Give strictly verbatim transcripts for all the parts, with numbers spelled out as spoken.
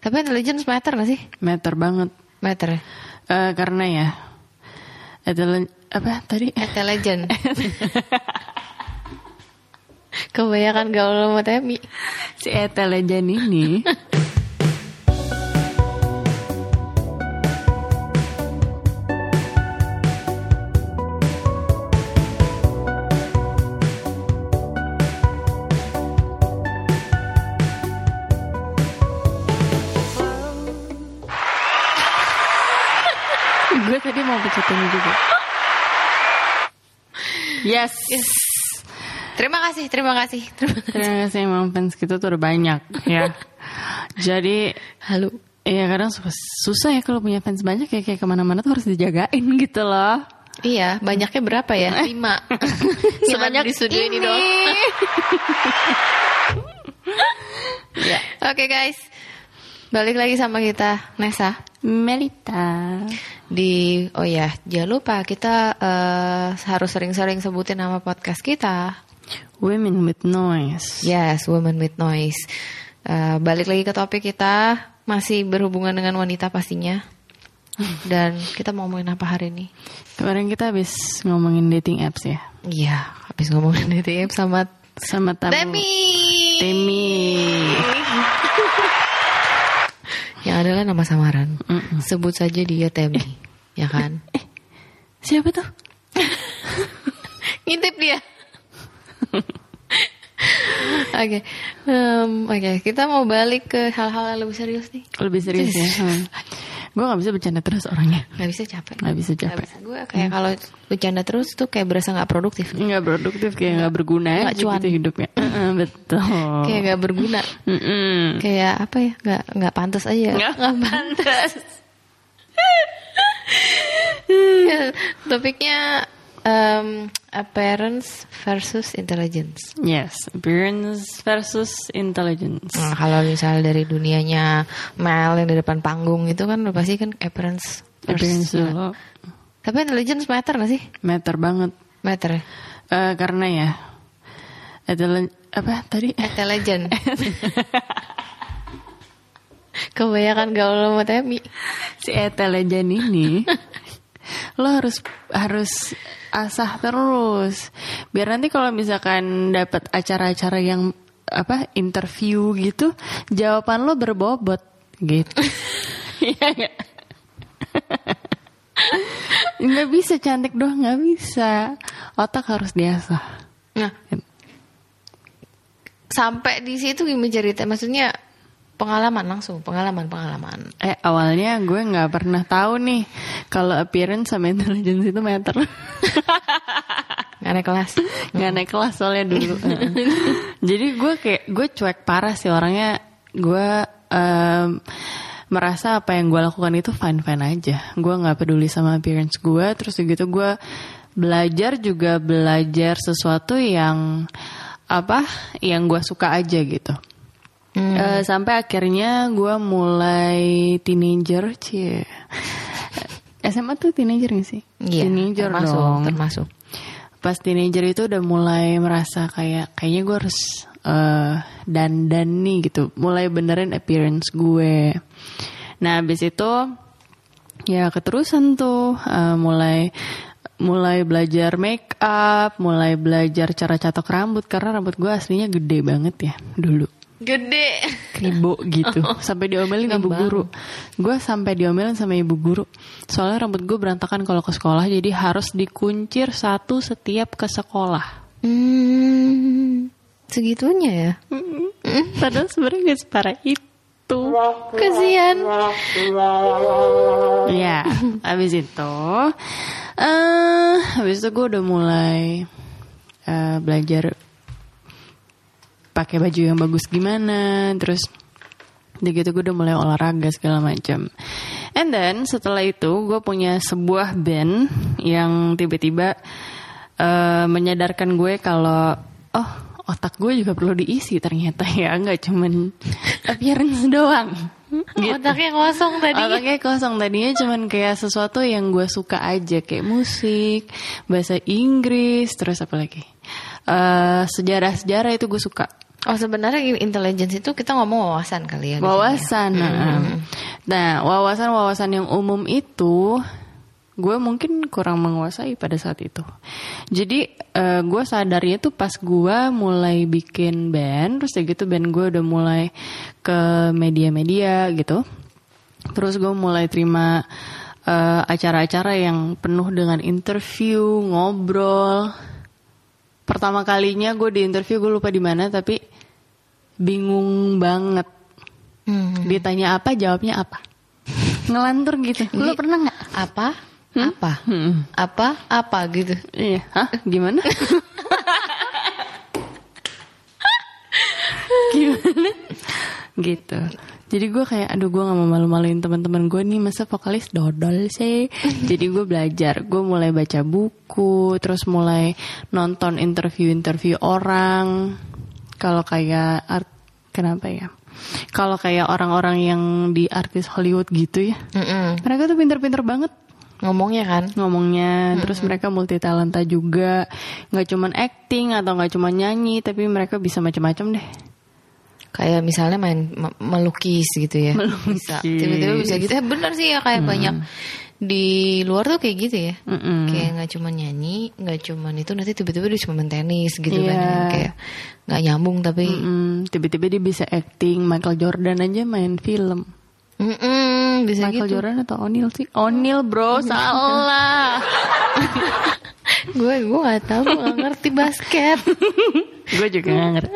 Tapi intelligence matter gak sih? Matter banget. Matter ya? Uh, karena ya Intelli- apa tadi? Intelligent. Kebanyakan gaul sama Temi. Si intelligent ini gue tadi mau pencet ini juga. Yes. Yes. Terima kasih, terima kasih, terima kasih. Terima kasih, emang fans kita tuh udah banyak ya. Jadi halo. Iya kadang susah ya kalau punya fans banyak ya, kayak kemana-mana tuh harus dijagain gitu loh. Iya, banyaknya berapa ya? Lima. Sebanyak di studio ini, ini dong. Ya. Oke guys, balik lagi sama kita Nesa, Melita. Di oh ya, jangan lupa kita uh, harus sering-sering sebutin nama podcast kita. Women with Noise. Yes, Women with Noise. Uh, balik lagi ke topik kita, masih berhubungan dengan wanita pastinya. Dan kita mau ngomongin apa hari ini? Kemarin kita habis ngomongin dating apps ya. Iya, habis ngomongin dating apps sama sama tamu Temi. Temi. Yang adalah nama samaran. Mm-mm. Sebut saja dia Temi, ya kan? Eh, siapa tuh? Ngintip dia. Oke, okay. um, oke okay. Kita mau balik ke hal-hal yang lebih serius nih. Lebih serius ya. Hmm. Gue nggak bisa bercanda terus orangnya. Nggak bisa capek. Nggak bisa capek. Gue kayak hmm. kalau bercanda terus tuh kayak berasa nggak produktif. Nggak produktif, kayak nggak berguna ya. Nggak cuan. Gitu hidupnya. Uh-uh, betul. Kayak nggak berguna. Mm-mm. Kayak apa ya? Nggak nggak pantas aja. Nggak pantas. Topiknya um, appearance versus intelligence. Yes, appearance versus intelligence. Nah, kalau misalnya dari dunianya Mel yang di depan panggung itu kan udah pasti kan appearance appearance versus. dulu. Tapi intelligence matter gak sih? Matter banget. Matter ya? Uh, karena ya Intelli- apa tadi? Intelligent. Kebanyakan gaul sama Temi. Si intelligent ini lo harus harus asah terus biar nanti kalau misalkan dapat acara-acara yang apa interview gitu, jawaban lo berbobot gitu. Iya nggak? Nggak bisa cantik doang, nggak bisa, otak harus diasah. Nah, sampai di situ gimana cerita? Maksudnya pengalaman langsung, pengalaman pengalaman. Eh awalnya gue nggak pernah tahu nih kalau appearance sama intelligence itu matter. Nggak naik kelas, nggak naik kelas soalnya dulu. Jadi gue kayak gue cuek parah sih orangnya. Gue um, merasa apa yang gue lakukan itu fine fine aja. Gue nggak peduli sama appearance gue. Terus gitu gue belajar juga belajar sesuatu yang apa yang gue suka aja gitu. Hmm. Uh, sampai akhirnya gue mulai teenager, cie. S M A tuh teenager gak sih? Iya, teenager termasuk, dong. termasuk. Pas teenager itu udah mulai merasa kayak kayaknya gue harus uh, dandan nih gitu. Mulai benerin appearance gue. Nah abis itu ya keterusan tuh uh, mulai mulai belajar make up, mulai belajar cara catok rambut karena rambut gue aslinya gede banget ya dulu. Gede kribo gitu. Sampai diomelin ibu guru. Gue sampai diomelin sama ibu guru soalnya rambut gue berantakan kalau ke sekolah. Jadi harus dikuncir satu setiap ke sekolah. Hmm, segitunya ya. Mm-hmm. Padahal sebenarnya gak separah itu. Kasian. Ya, abis itu uh, Abis itu gue udah mulai uh, belajar pakai baju yang bagus gimana, terus udah gitu gue udah mulai olahraga segala macam. And then setelah itu gue punya sebuah band yang tiba-tiba uh, menyadarkan gue kalau oh otak gue juga perlu diisi ternyata ya, nggak cuman appearance doang. Gitu. Otaknya kosong tadi. Otaknya kosong tadinya cuman kayak sesuatu yang gue suka aja, kayak musik, bahasa Inggris, terus apa lagi? Uh, sejarah-sejarah itu gue suka. Oh sebenarnya intelligence itu kita ngomong wawasan kali ya. Wawasan. Ya? Nah, Hmm. nah wawasan-wawasan yang umum itu gue mungkin kurang menguasai pada saat itu. Jadi uh, gue sadarnya tuh pas gue mulai bikin band, terus ya gitu band gue udah mulai ke media-media gitu. Terus gue mulai terima uh, acara-acara yang penuh dengan interview, ngobrol. Pertama kalinya gue di interview, gue lupa di mana, tapi bingung banget. Hmm. Ditanya apa, jawabnya apa. Ngelantur gitu. Lu pernah nggak? Apa? Hmm? Apa? Hmm. Apa? Apa gitu. Iya. Hah? Gimana? Gimana? Gitu. Jadi gue kayak, aduh gue gak mau malu-maluin teman-teman gue nih, masa vokalis dodol sih. Jadi gue belajar, gue mulai baca buku, terus mulai nonton interview-interview orang. Kalau kayak art, kenapa ya? Kalau kayak orang-orang yang di artis Hollywood gitu ya, Mm-mm. mereka tuh pinter-pinter banget ngomongnya kan, ngomongnya. Mm-mm. Terus mereka multi talenta juga, nggak cuman acting atau nggak cuman nyanyi, tapi mereka bisa macam-macam deh. Kayak misalnya main melukis gitu ya, melukis. Bisa tiba-tiba bisa gitu. Eh benar sih ya, kayak mm. banyak di luar tuh kayak gitu ya. Mm-mm. Kayak nggak cuma nyanyi, nggak cuma itu, nanti tiba-tiba dia cuma main tenis gitu yeah. kan, kayak nggak nyambung tapi Mm-mm. tiba-tiba dia bisa acting. Michael Jordan aja main film. Mm-mm, bisa Michael gitu. Jordan atau O'Neal sih? O'Neal bro, salah. Gue gue nggak tahu, gue nggak ngerti basket. Gue juga nggak ngerti.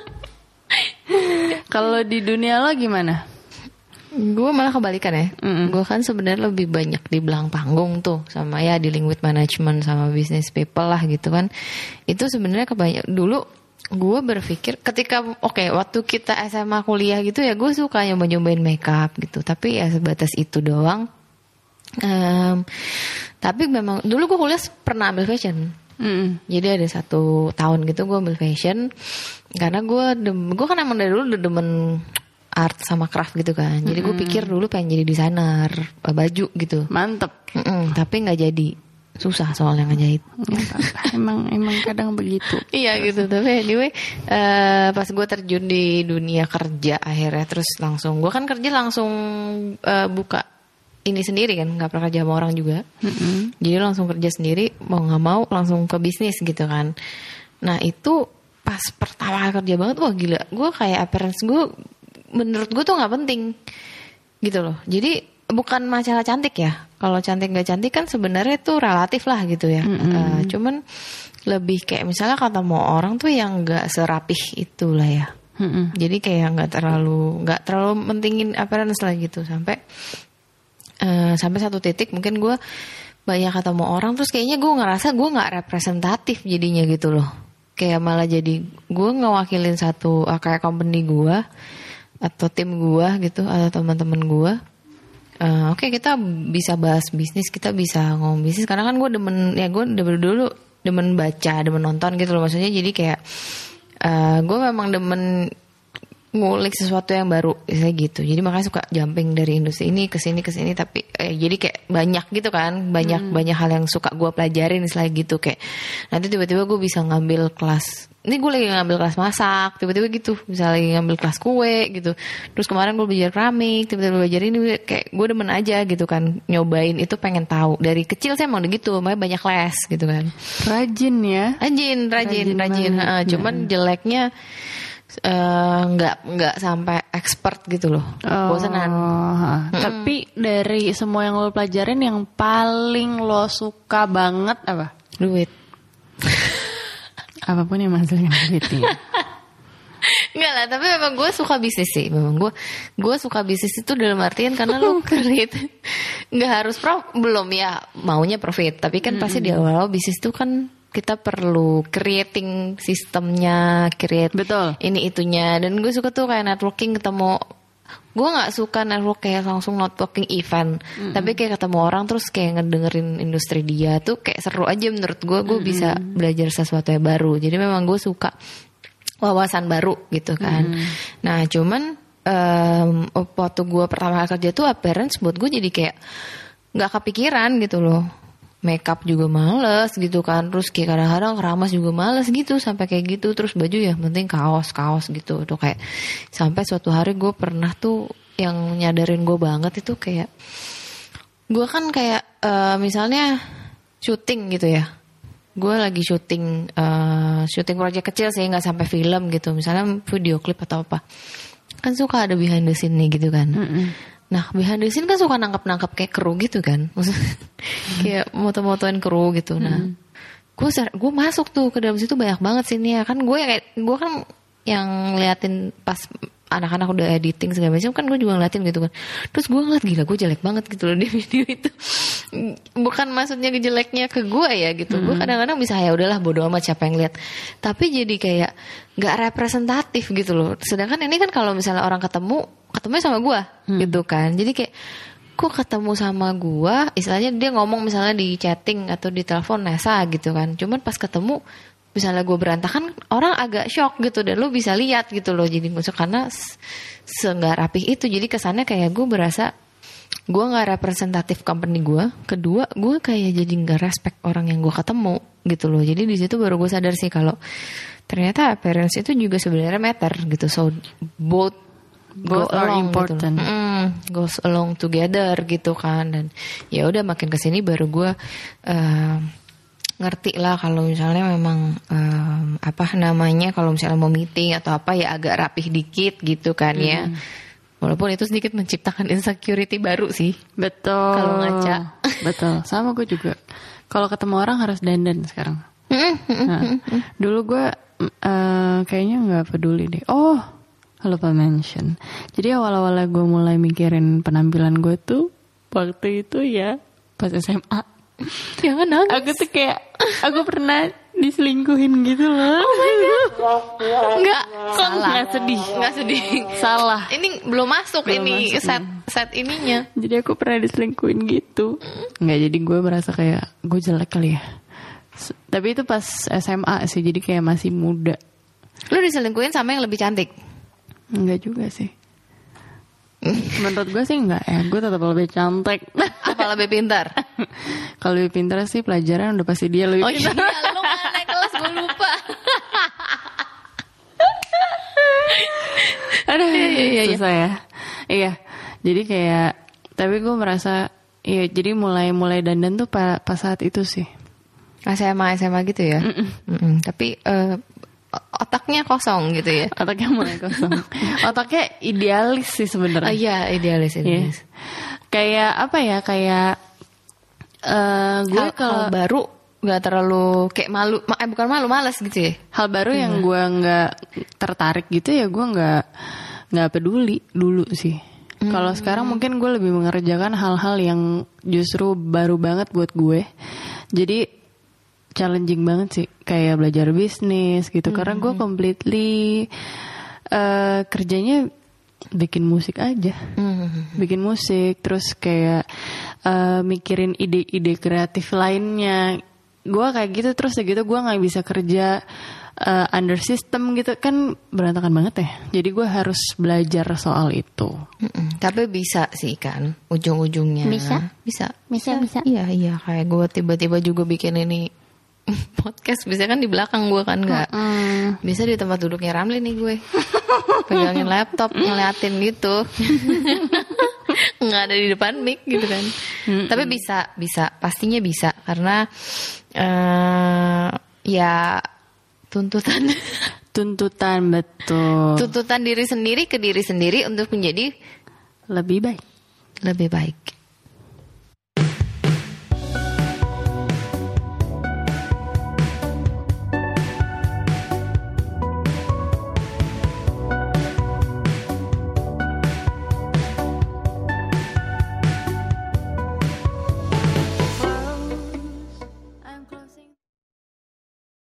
Kalau di dunia lo gimana? Gue malah kebalikan ya. Mm-mm. Gue kan sebenarnya lebih banyak di belakang panggung tuh, sama ya dealing with management sama business people lah gitu kan. Itu sebenarnya kebanyak dulu. Gue berpikir ketika oke okay, waktu kita S M A kuliah gitu ya, gue suka nyoba-nyobain makeup gitu, tapi ya sebatas itu doang. Um, tapi memang dulu gue kuliah pernah ambil fashion. Mm. Jadi ada satu tahun gitu gue ambil fashion karena gue gue kan emang dari dulu udah demen art sama craft gitu kan. Jadi gue pikir dulu pengen jadi desainer baju gitu. Mantep. Mm-mm, tapi nggak jadi. Susah soalnya ngejahit. emang emang kadang begitu. Iya gitu. Tapi anyway, uh, pas gue terjun di dunia kerja akhirnya, terus langsung gue kan kerja langsung uh, buka ini sendiri kan, nggak pernah kerja sama orang juga. Mm-hmm. Jadi langsung kerja sendiri, mau nggak mau langsung ke bisnis gitu kan. Nah itu pas pertama kali kerja banget, wah gila. Gue kayak appearance gue, menurut gue tuh nggak penting gitu loh. Jadi bukan masalah cantik ya. Kalau cantik nggak cantik kan sebenarnya itu relatif lah gitu ya. Mm-hmm. Uh, cuman lebih kayak misalnya kata mau orang tuh yang nggak serapih itulah ya. Mm-hmm. Jadi kayak nggak terlalu nggak terlalu mentingin appearance lah gitu. Sampai uh, sampai satu titik mungkin gue banyak ketemu orang, terus kayaknya gue ngerasa gue nggak representatif jadinya gitu loh. Kayak malah jadi gue ngewakilin satu uh, kayak company gue atau tim gue gitu atau teman-teman gue. Uh, Oke okay, kita bisa bahas bisnis, kita bisa ngomong bisnis karena kan gue demen ya gue demen dulu demen baca, demen nonton gitu loh, maksudnya jadi kayak uh, gue memang demen ngulik sesuatu yang baru kayak gitu, jadi makanya suka jumping dari industri ini ke sini ke sini, tapi eh, jadi kayak banyak gitu kan, banyak hmm. banyak hal yang suka gue pelajarin selain gitu, kayak nanti tiba-tiba gue bisa ngambil kelas, ini gue lagi ngambil kelas masak, tiba-tiba gitu, bisa lagi ngambil kelas kue gitu, terus kemarin gue belajar keramik, tiba-tiba belajar ini, kayak gue demen aja gitu kan, nyobain itu, pengen tahu dari kecil saya emang gitu, makanya banyak les gitu kan. Rajin ya? Rajin, rajin, rajin, rajin. Ha, cuman jeleknya nggak uh, nggak sampai expert gitu loh, oh, bosanan. Mm-hmm. Tapi dari semua yang lo pelajarin yang paling lo suka banget apa? Duit. Apapun yang maksudnya duit ya. Enggak lah, tapi memang gue suka bisnis sih. Memang gue gue suka bisnis itu dalam artian karena lo create nggak harus pro belum ya maunya profit, tapi kan mm-hmm. pasti di awal bisnis itu kan kita perlu creating sistemnya, create betul ini itunya, dan gue suka tuh kayak networking, ketemu. Gue nggak suka network kayak langsung networking event, mm-hmm. tapi kayak ketemu orang terus kayak ngedengerin industri dia tuh kayak seru aja menurut gue. Gue mm-hmm. bisa belajar sesuatu yang baru, jadi memang gue suka wawasan baru gitu kan. Mm-hmm. Nah cuman um, waktu gue pertama kali kerja tuh appearance buat gue jadi kayak nggak kepikiran gitu loh. makeup juga males gitu kan, terus kayak kadang-kadang keramas juga males gitu sampai kayak gitu, terus baju ya penting kaos kaos gitu tuh kayak sampai suatu hari gue pernah tuh yang nyadarin gue banget itu kayak gue kan kayak uh, misalnya syuting gitu ya, gue lagi syuting uh, syuting proyek kecil sih nggak sampai film gitu, misalnya video klip atau apa kan suka ada behind the scene nih gitu kan. Mm-mm. Nah behind the scene kan suka nangkap-nangkap kayak kru gitu kan, maksudnya kayak moto-motoin kru gitu. Nah gue hmm. gue masuk tuh ke dalam situ banyak banget sih nih ya kan, gue kayak gue kan yang ngeliatin pas anak-anak udah editing segala macam kan gue juga ngeliatin gitu kan, terus gue ngeliat gila gue jelek banget gitu loh di video itu. Bukan maksudnya jeleknya ke gue ya gitu, hmm. gue kadang-kadang bisa ya udahlah bodo amat siapa yang lihat, tapi jadi kayak nggak representatif gitu loh. Sedangkan ini kan kalau misalnya orang ketemu ketemu sama gue hmm. gitu kan, jadi kayak kok ketemu sama gue istilahnya dia ngomong misalnya di chatting atau di telepon Nesa gitu kan, cuman pas ketemu misalnya gue berantakan orang agak shock gitu, dan lu bisa lihat gitu loh, jadi maksud karena se-nggak rapih itu, jadi kesannya kayak gue berasa gue nggak representatif company gue. Kedua gue kayak jadi nggak respect orang yang gue ketemu gitu loh. Jadi di situ baru gue sadar sih kalau ternyata appearance itu juga sebenarnya matter gitu. So both goes along important gitu. Mm, goes along together gitu kan. Dan ya udah makin kesini baru gue uh, ngerti lah kalau misalnya memang um, apa namanya kalau misalnya mau meeting atau apa ya agak rapih dikit gitu kan hmm. ya. Walaupun itu sedikit menciptakan insecurity baru sih. Betul. Kalau ngaca. Betul. Sama gue juga. Kalau ketemu orang harus dandan sekarang. Nah, dulu gue uh, kayaknya nggak peduli deh. Oh, lupa mention. Jadi awal-awal gue mulai mikirin penampilan gue tuh waktu itu ya pas S M A. Jangan nangis. Aku tuh kayak aku pernah diselingkuhin gitu loh. Oh my god. Enggak, kok enggak sedih? Enggak sedih. Salah. Ini belum masuk belum ini masuk, set set ininya. Jadi aku pernah diselingkuhin gitu. Enggak, jadi gue merasa kayak gue jelek kali ya. Tapi itu pas S M A sih, jadi kayak masih muda. Lu diselingkuhin sama yang lebih cantik? Enggak juga sih. Menurut gue sih enggak ya, gue tetap lebih cantik. Apa lebih pintar? Kalau lebih pintar sih pelajaran udah pasti dia lebih oh, pintar. Oh iya, lu gak naik kelas, gue lupa. Aduh, iya, iya, iya. susah ya. Iya, jadi kayak, tapi gue merasa, iya jadi mulai-mulai dandan tuh pas, pas saat itu sih. S M A, S M A gitu ya? Mm-mm. Mm-mm. Tapi uh, otaknya kosong gitu ya? Otaknya mulai kosong. Otaknya idealis sih sebenarnya. Oh iya, idealis, idealis. Yeah. Kayak apa ya, kayak uh, gue kalau baru nggak terlalu kayak malu, eh bukan malu, malas gitu ya. Hal baru hmm. yang gue nggak tertarik gitu ya, gue nggak nggak peduli dulu sih. Hmm. Kalau sekarang mungkin gue lebih mengerjakan hal-hal yang justru baru banget buat gue. Jadi challenging banget sih, kayak belajar bisnis gitu. Hmm. Karena gue completely uh, kerjanya bikin musik aja, mm-hmm. bikin musik, terus kayak uh, mikirin ide-ide kreatif lainnya. Gue kayak gitu terus ya gitu, gue nggak bisa kerja uh, under system gitu kan, berantakan banget ya. Jadi gue harus belajar soal itu. Mm-mm. Tapi bisa sih kan, ujung-ujungnya. Bisa, bisa, bisa, bisa. Iya, iya. Kayak gue tiba-tiba juga bikin ini podcast, biasanya kan di belakang gue kan nggak, mm-hmm. bisa di tempat duduknya Ramli nih gue, pegangin laptop ngeliatin gitu, nggak ada di depan mic gitu kan. Mm-hmm. Tapi bisa, bisa, pastinya bisa karena uh, ya tuntutan, tuntutan betul, tuntutan diri sendiri ke diri sendiri untuk menjadi lebih baik, lebih baik.